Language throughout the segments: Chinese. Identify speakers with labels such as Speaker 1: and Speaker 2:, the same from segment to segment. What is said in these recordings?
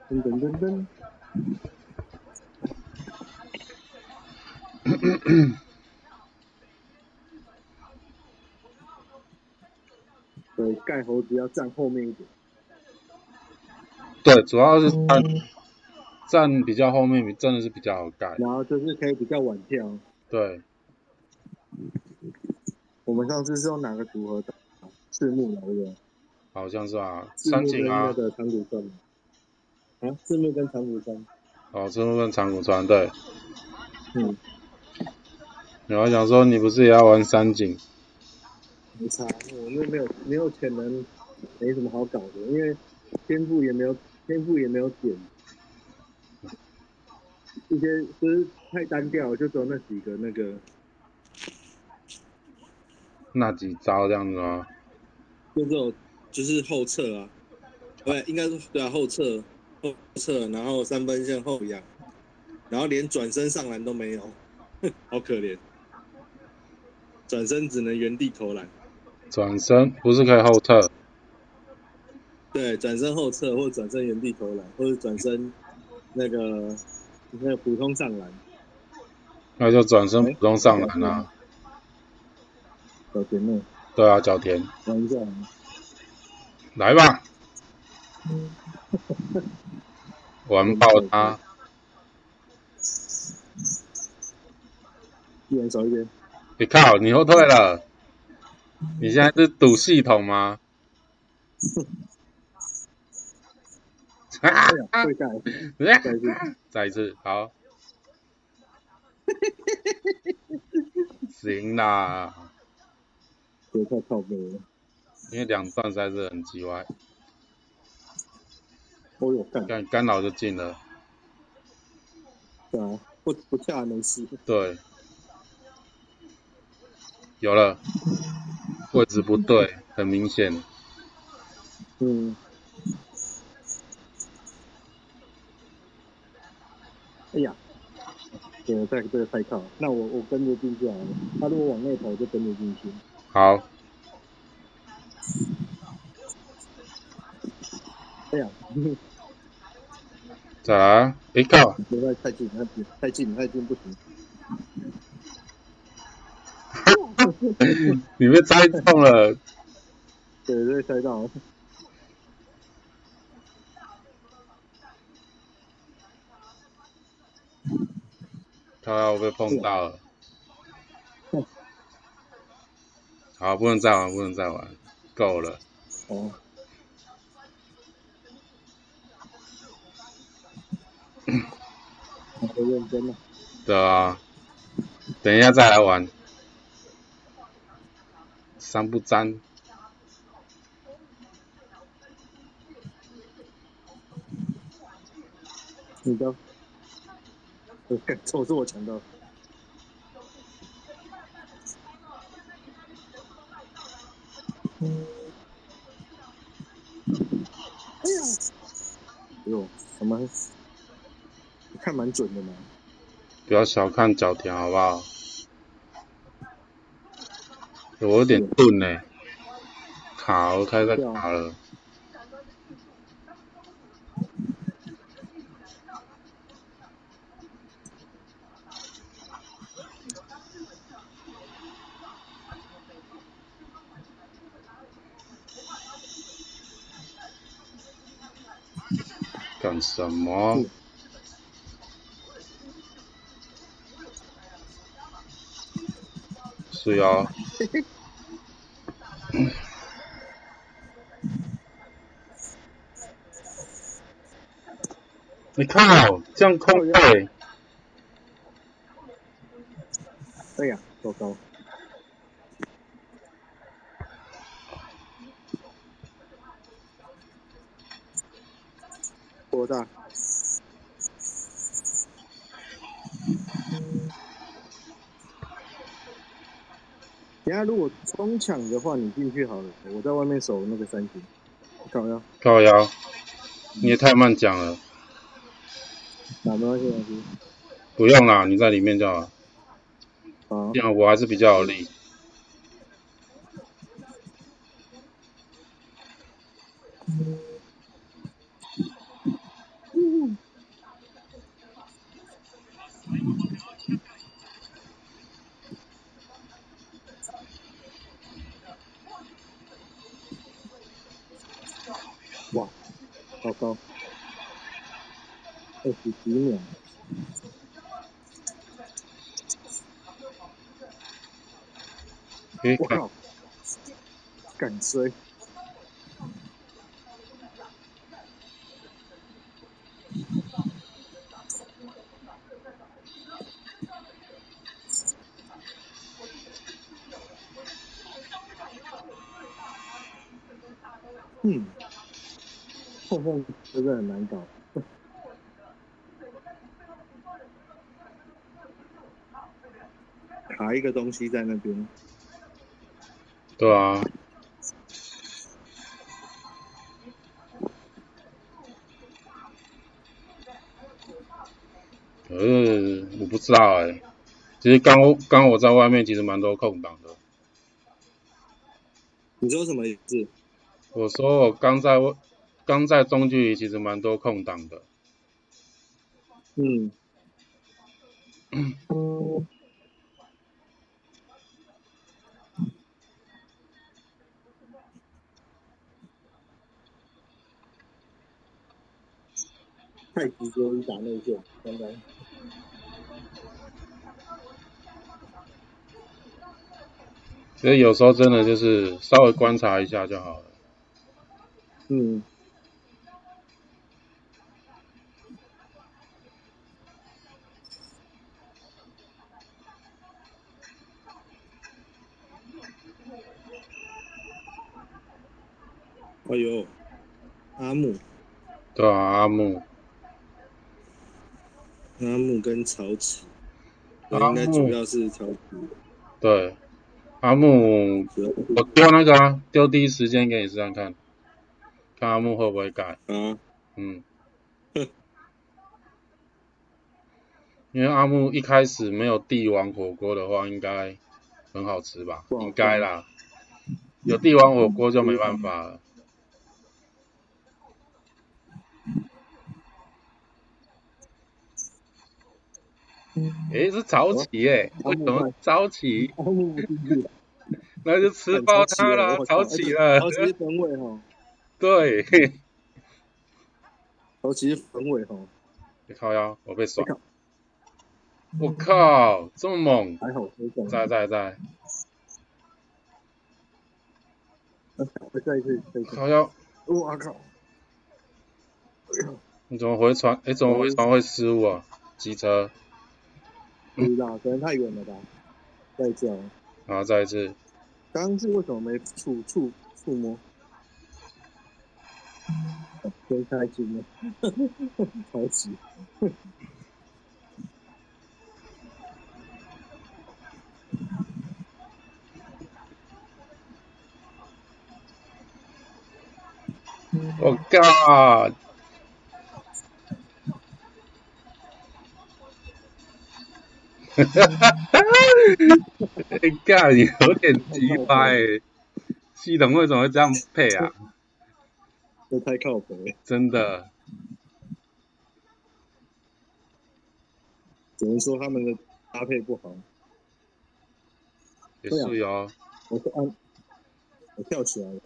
Speaker 1: 噔噔噔噔。对，盖猴子要站后面一点。
Speaker 2: 对，主要是站比较后面，真的是比较好盖。
Speaker 1: 然后就是可以比较晚跳。
Speaker 2: 对，
Speaker 1: 我们上次是用哪个组合打？赤木来的。
Speaker 2: 好像是啊，
Speaker 1: 赤木跟那
Speaker 2: 三井啊，
Speaker 1: 个长谷川。啊，赤木跟长谷川。
Speaker 2: 哦，赤木跟长谷川对。
Speaker 1: 嗯。
Speaker 2: 然后想说你不是也要玩三井？
Speaker 1: 没差，我那没有潜能，没什么好搞的，因为天赋也没有点，一些就是太单调，就只有那几个那个，
Speaker 2: 那几招这样子吗？
Speaker 1: 就只有就是后撤啊，不应该说对啊，后撤，然后三分线后仰，然后连转身上篮都没有，好可怜，转身只能原地投篮。
Speaker 2: 转身不是可以后撤？
Speaker 1: 对，转身后撤或转身原地投篮，或者转身那个普通上篮。
Speaker 2: 那就转身
Speaker 1: 哎，
Speaker 2: 普通上篮啊。
Speaker 1: 小田呢？
Speaker 2: 对啊，角田，
Speaker 1: 玩一下。
Speaker 2: 来吧，玩爆他！
Speaker 1: 一人少一点。
Speaker 2: 你靠，你后退了，你现在是赌系统吗？
Speaker 1: 哎呀，会盖，再一次。
Speaker 2: 再一次，好，行啦，
Speaker 1: 这太靠背了。
Speaker 2: 因为两段实在是很叽歪，
Speaker 1: 哦哟，干，
Speaker 2: 干扰就进了，
Speaker 1: 对啊，不跳还没事。
Speaker 2: 对，有了，位置不对，很明显。
Speaker 1: 嗯。哎呀，对，这个太靠，那我跟着进去好了。他如果往内跑，就跟着进去。
Speaker 2: 好，
Speaker 1: 哎呀，
Speaker 2: 再来，别靠，
Speaker 1: 不要太近，太近不行。
Speaker 2: 你被猜中了。
Speaker 1: 对，猜到了。
Speaker 2: 靠腰我被碰到了。好，不能再玩，不能再玩，够了。
Speaker 1: 哦，好认真了。
Speaker 2: 对啊，等一下再来玩。三不沾，
Speaker 1: 你的，错是我抢到。哎呀，哎呦，我们看蛮准的嘛。
Speaker 2: 不要小看角田好不好？我有点钝欸，卡，我开始
Speaker 1: 对啊，
Speaker 2: 卡了。干什么？是哦。你靠，这样空位，
Speaker 1: 哎呀，糟糕，多大？等下如果冲抢的话，你进去好了，我在外面守那个三井。靠呀，
Speaker 2: 靠腰，你也太慢讲了。
Speaker 1: 没关系，没关系。
Speaker 2: 不用啦，你在里面就好。
Speaker 1: 好，
Speaker 2: 这样我还是比较有力。
Speaker 1: 哇，好高，20几秒，我靠，敢追！后缝真的很难搞，卡一个东西在那边。
Speaker 2: 对啊。我不知道其实刚我在外面其实蛮多空档的。
Speaker 1: 你说什么意思？
Speaker 2: 我说我刚在中距离其实蛮多空档的。
Speaker 1: 太直接一打内线，刚刚。
Speaker 2: 所以有时候真的就是稍微观察一下就好了。
Speaker 1: 哎呦，阿木。
Speaker 2: 对啊，阿木
Speaker 1: 跟曹奇，应该主
Speaker 2: 阿木
Speaker 1: 要是曹奇。
Speaker 2: 对，阿木我丢那个丢第一时间给你试看看，看阿木会不会改。因为阿木一开始没有帝王火锅的话，应该很好吃吧？应该啦，有帝王火锅就没办法了。是曹奇为什么曹奇？
Speaker 1: 阿木不进去了，
Speaker 2: 那就吃爆他了，曹奇了。
Speaker 1: 曹奇分位哈。
Speaker 2: 对，
Speaker 1: 曹奇分位哈。
Speaker 2: 靠腰，我被甩。我靠，这么猛！
Speaker 1: 还好，
Speaker 2: 在。
Speaker 1: 再一次。
Speaker 2: 靠腰！
Speaker 1: 我靠！
Speaker 2: 你怎么回传？怎么回传会失误啊？机车。
Speaker 1: 不知道，可能太远了吧。再一次哦。
Speaker 2: 好，再一次。
Speaker 1: 刚刚是为什么没触摸？真开心了，超级。
Speaker 2: 我靠！干，你有点鸡掰系统为什么会这样配啊？
Speaker 1: 这太靠北，
Speaker 2: 真的。
Speaker 1: 只能说他们的搭配不好。
Speaker 2: 也是哦。
Speaker 1: 我跳起来了。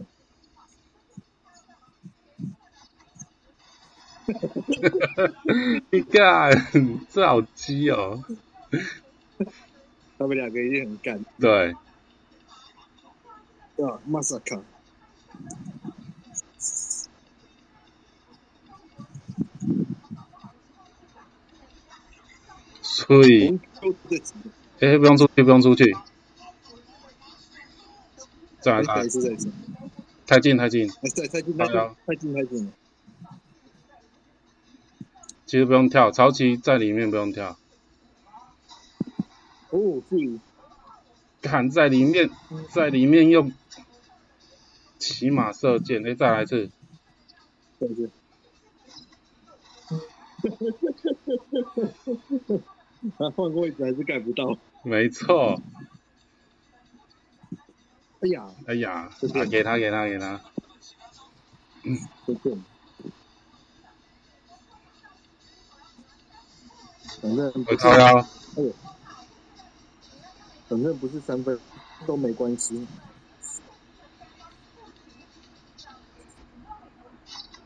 Speaker 2: 你干，这好鸡哦！
Speaker 1: 他们两个一定很干。
Speaker 2: 对。
Speaker 1: 对啊，马萨卡。
Speaker 2: 所以，不用出去。再来。太近。太近了。其实不用跳，超级在里面不用跳。
Speaker 1: 注意。
Speaker 2: 看在里面用骑马射箭，再来一次。
Speaker 1: 再一次。他换个位置还是盖不到。
Speaker 2: 没错。
Speaker 1: 哎呀，
Speaker 2: 给他。
Speaker 1: 反正不是。反正不是3分都没关系。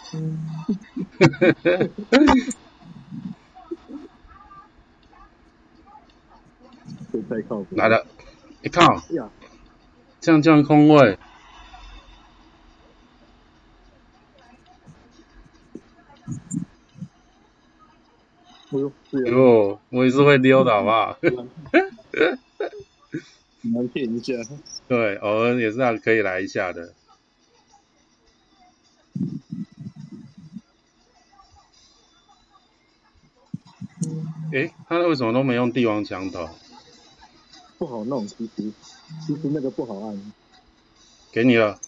Speaker 1: 这太靠谱
Speaker 2: 来了，靠，
Speaker 1: 呀！
Speaker 2: 这样空位，
Speaker 1: 哎呦，是啊，
Speaker 2: 哟，我也是会溜的好不好？
Speaker 1: 难骗一下。
Speaker 2: 对，偶尔也是要可以来一下的。诶，他为什么都没用帝王墙头？
Speaker 1: 不好弄，其实那个不好按。
Speaker 2: 给你了，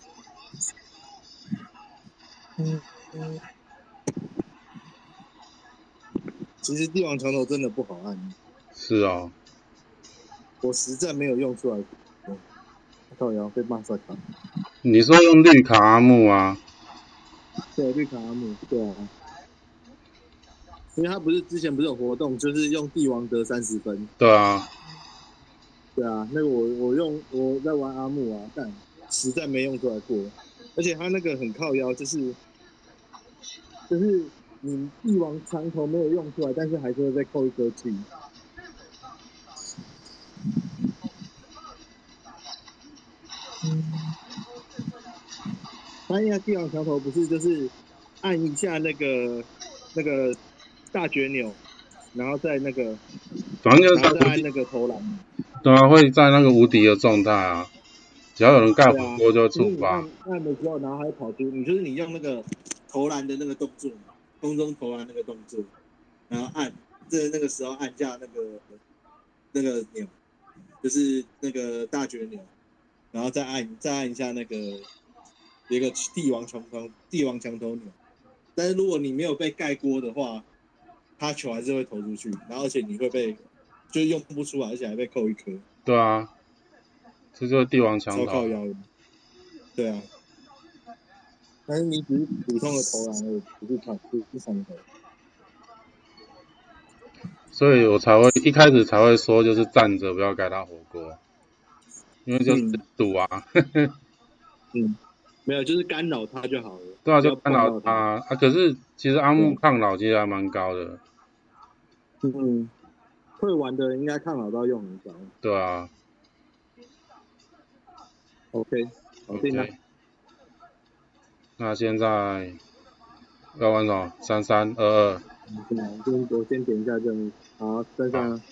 Speaker 1: 其实帝王墙头真的不好按，
Speaker 2: 是哦。
Speaker 1: 我实在没有用出来。靠腰被骂出来卡。
Speaker 2: 你说用绿卡阿木啊？
Speaker 1: 对，绿卡阿姆，对啊，因为他不是之前不是有活动，就是用帝王得30分。
Speaker 2: 对啊，
Speaker 1: 对啊，那个我在玩阿木啊，但实在没用出来过。而且他那个很靠腰，就是你帝王墙头没有用出来，但是还是会被扣一颗气。他应该帝王墙头不是就是按一下那个大绝钮，然后再那个，
Speaker 2: 反正就是
Speaker 1: 然后再按那个投篮。
Speaker 2: 对啊，会在那个无敌的状态啊，只要有人盖
Speaker 1: 对啊，
Speaker 2: 火锅就
Speaker 1: 就是你
Speaker 2: 触发。
Speaker 1: 按的时候，然后还会跑出，你用那个投篮的那个动作，空中投篮那个动作，然后那个时候按下那个钮，就是那个大绝钮，然后再按一下那个有一个帝王墙头钮。但是如果你没有被盖锅的话，他球还是会投出去，然后而且你会就用不出来，而且还被扣一颗，
Speaker 2: 对啊，这就是帝王墙
Speaker 1: 超
Speaker 2: 头啊。
Speaker 1: 靠腰的。对啊，但是你只是普通的投篮而已，不是长投。
Speaker 2: 所以我一开始才会说，就是站着不要盖他火锅，因为就是
Speaker 1: 嗯
Speaker 2: 赌啊。
Speaker 1: 嗯，没有，就是干扰他就好了，
Speaker 2: 对啊，
Speaker 1: 不要
Speaker 2: 就干扰
Speaker 1: 碰到他。
Speaker 2: 他啊。可是其实阿木
Speaker 1: 对啊，
Speaker 2: 抗老其实还蛮高的，
Speaker 1: 嗯，会玩的人应该抗扰到用很高。
Speaker 2: 对啊。
Speaker 1: OK，搞定了。
Speaker 2: OK，那现在要玩什么？3322。
Speaker 1: 我先点一下任务。好，珊
Speaker 2: 好，
Speaker 1: 珊，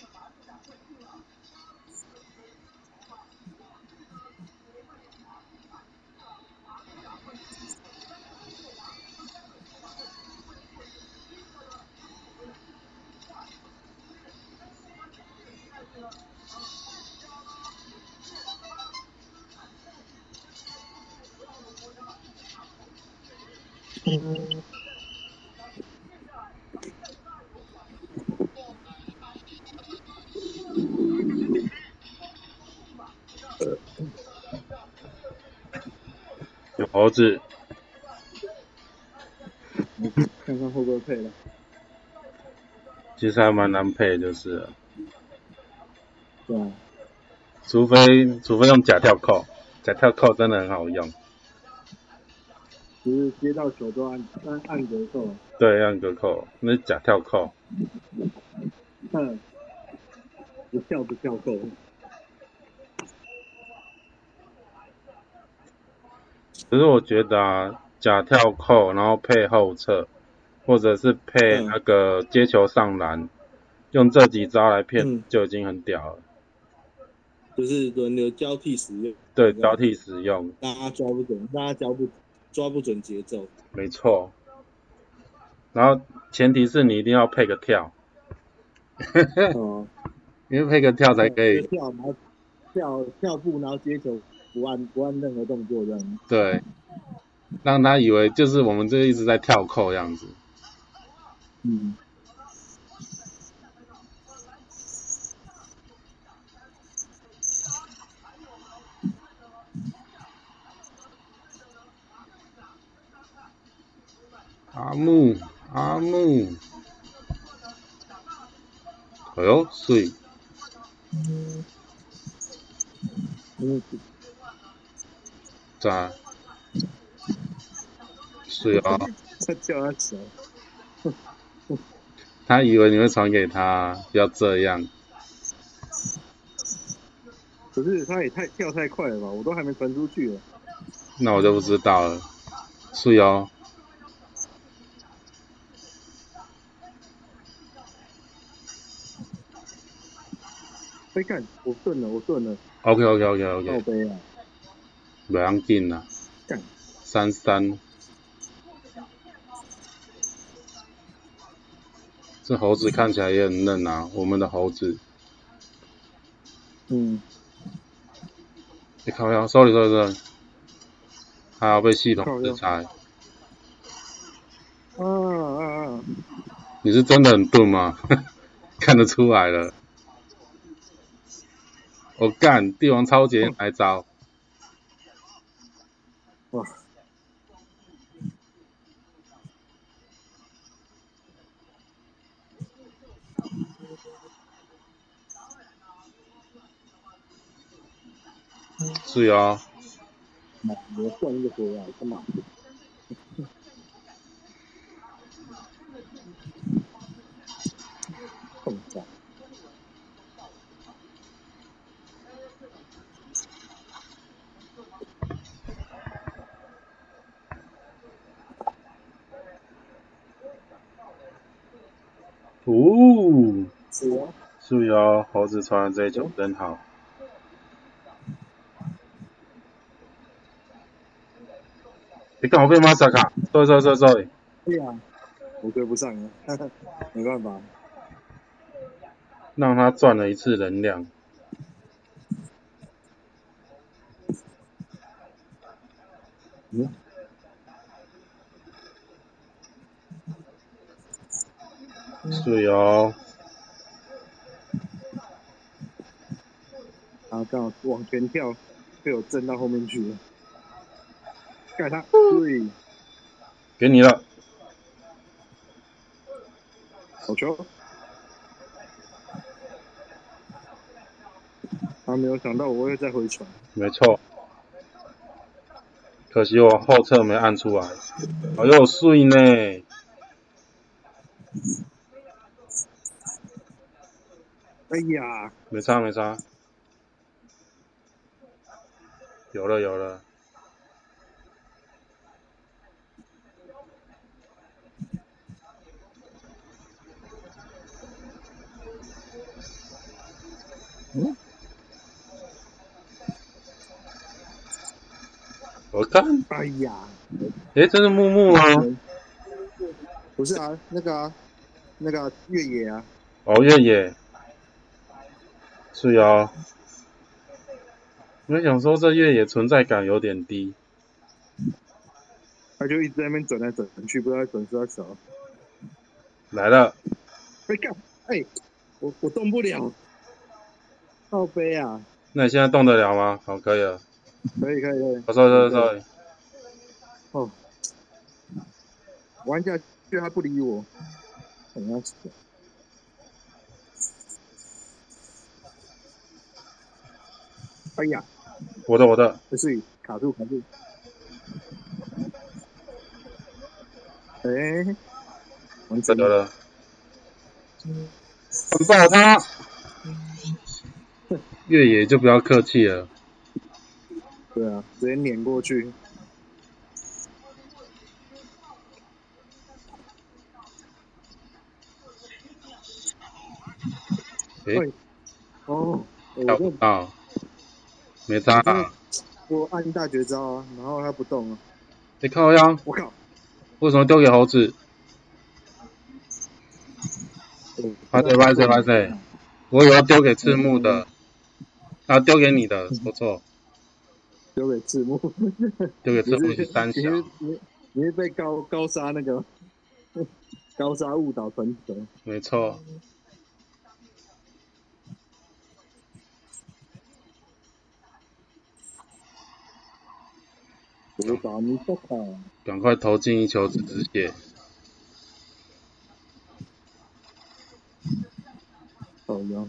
Speaker 2: 有猴子，
Speaker 1: 看看会不会配了。
Speaker 2: 其实还蛮难配的，就是了
Speaker 1: 对啊，
Speaker 2: 除非用假跳扣，假跳扣真的很好用。
Speaker 1: 就是接到球都按格扣。
Speaker 2: 对，按个扣，那是假跳扣。
Speaker 1: 嗯，不跳扣。
Speaker 2: 可是我觉得啊，假跳扣，然后配后撤，或者是配那
Speaker 1: 嗯
Speaker 2: 个接球上篮，用这几招来骗
Speaker 1: 嗯，
Speaker 2: 就已经很屌了。
Speaker 1: 就是轮流交替使用
Speaker 2: 对，
Speaker 1: 这样子，
Speaker 2: 交替使用，
Speaker 1: 大家抓不准，大家抓不准节奏。
Speaker 2: 没错。然后前提是你一定要配个跳，
Speaker 1: 哦，
Speaker 2: 因为配个跳才可以。
Speaker 1: 就跳，然后跳步，然后接球不按任何动作这样。
Speaker 2: 对，让他以为就是我们这一直在跳扣这样子。
Speaker 1: 嗯，
Speaker 2: 阿木，阿木，哎呦，水，
Speaker 1: 嗯，
Speaker 2: 咋水啊？
Speaker 1: 他叫他手，
Speaker 2: 他以为你会传给他，不要这样。
Speaker 1: 可是他也跳太快了吧？我都还没传出去了。
Speaker 2: 那我就不知道了。是哦。
Speaker 1: 被干，我顿了。
Speaker 2: OK。
Speaker 1: 靠背啊！
Speaker 2: 不要紧啦。
Speaker 1: 干。
Speaker 2: 3-3。这猴子看起来也很嫩啊，我们的猴子。你靠腰 ，sorry，还要被系统制裁。你是真的很钝吗？看得出来了。我干，帝王超杰哪一招？
Speaker 1: 哇！
Speaker 2: 是哦。
Speaker 1: 我换一个回来干嘛？碰上。
Speaker 2: 是哦，猴子传的这一球真好。你干嘛被马萨卡？sorry。
Speaker 1: 对呀，我追不上了，没办法。
Speaker 2: 让他赚了一次能量。是哦。
Speaker 1: 他刚好往前跳，被我震到后面去了。盖他，对，
Speaker 2: 给你了。
Speaker 1: 好球！他没有想到我会再回传。
Speaker 2: 没错。可惜我后侧没按出来。哎呦，碎呢！
Speaker 1: 哎呀，
Speaker 2: 没差。有了。我看。
Speaker 1: 哎呀，
Speaker 2: 这是木木吗？
Speaker 1: 不是啊，那个越野啊。
Speaker 2: 哦，越野。是哦。我想说这越野存在感有点低。
Speaker 1: 他就一直在那边转来转去，不知道转多少。
Speaker 2: 来了。
Speaker 1: 被干！哎，我动不了。靠背啊！
Speaker 2: 那你现在动得了吗？好，可以了。
Speaker 1: 可以。
Speaker 2: sorry。
Speaker 1: 哦，玩下去他不理我，很要死。哎呀，
Speaker 2: 我的。
Speaker 1: 不是卡住。哎，完成
Speaker 2: 得了。很爆他。越野就不要客气了。
Speaker 1: 对啊，直接碾过去。哦，
Speaker 2: 跳不到。没差啊。
Speaker 1: 我按大绝招啊，然后他不动了。
Speaker 2: 你靠腰。
Speaker 1: 我靠！
Speaker 2: 为什么丢给猴子？拍谁？我有要丢给赤木的。丢给你的，错。
Speaker 1: 丢给赤木。
Speaker 2: 丢给赤木是三小。
Speaker 1: 你是被高沙那个高沙误导传球。
Speaker 2: 没错。
Speaker 1: 我打你不卡。
Speaker 2: 赶快投进一球止血。
Speaker 1: 好呀。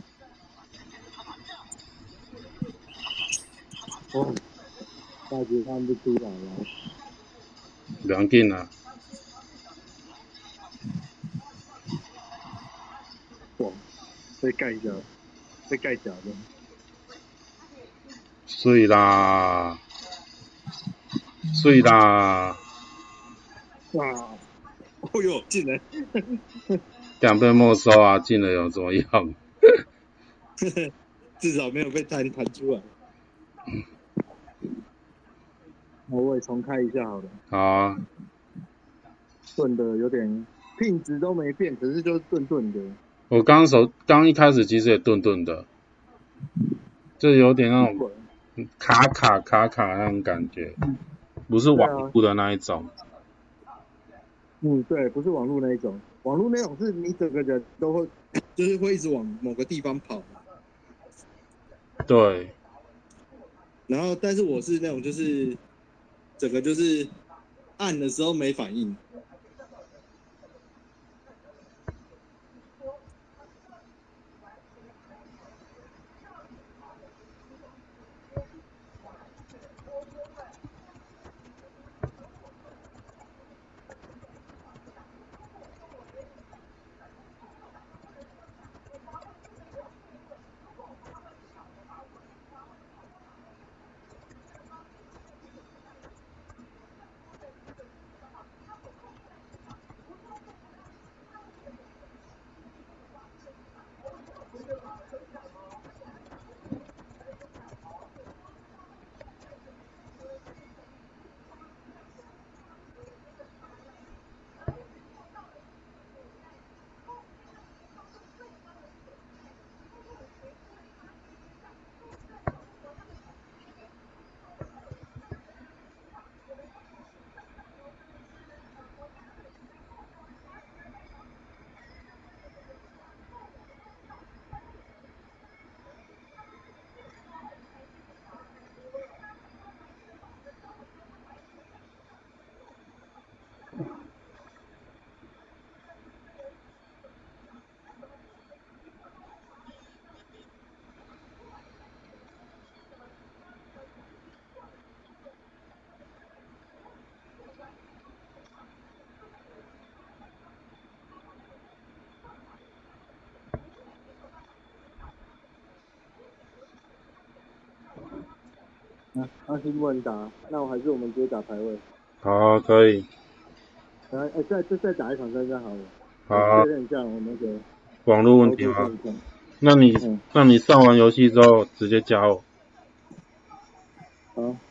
Speaker 1: 哦，大绝看不出来了。
Speaker 2: 不要紧啊。
Speaker 1: 被盖掉，被盖脚的。
Speaker 2: 水啦，水啦！
Speaker 1: 哇！哦哟，进来！
Speaker 2: 两被没收啊，进了有怎么样？
Speaker 1: 至少没有被弹出来。我也重开一下好了。
Speaker 2: 好啊。
Speaker 1: 顿的有点品质都没变，可是就是顿顿的。
Speaker 2: 我刚一开始其实也顿顿的，就有点那种卡那种感觉，不是网络的那一种。
Speaker 1: 对，不是网络那一种，网络那种是你整个人都会，就是会一直往某个地方跑。
Speaker 2: 对。
Speaker 1: 然后，但是我是那种就是整个就是按的时候没反应。阿星问答，那我还是我们直接打排位。
Speaker 2: 好，可以。
Speaker 1: 再打一场3-3好了。
Speaker 2: 好。
Speaker 1: 确认一下我那个
Speaker 2: 网络问题吗？那你上完游戏之后直接加我。
Speaker 1: 好。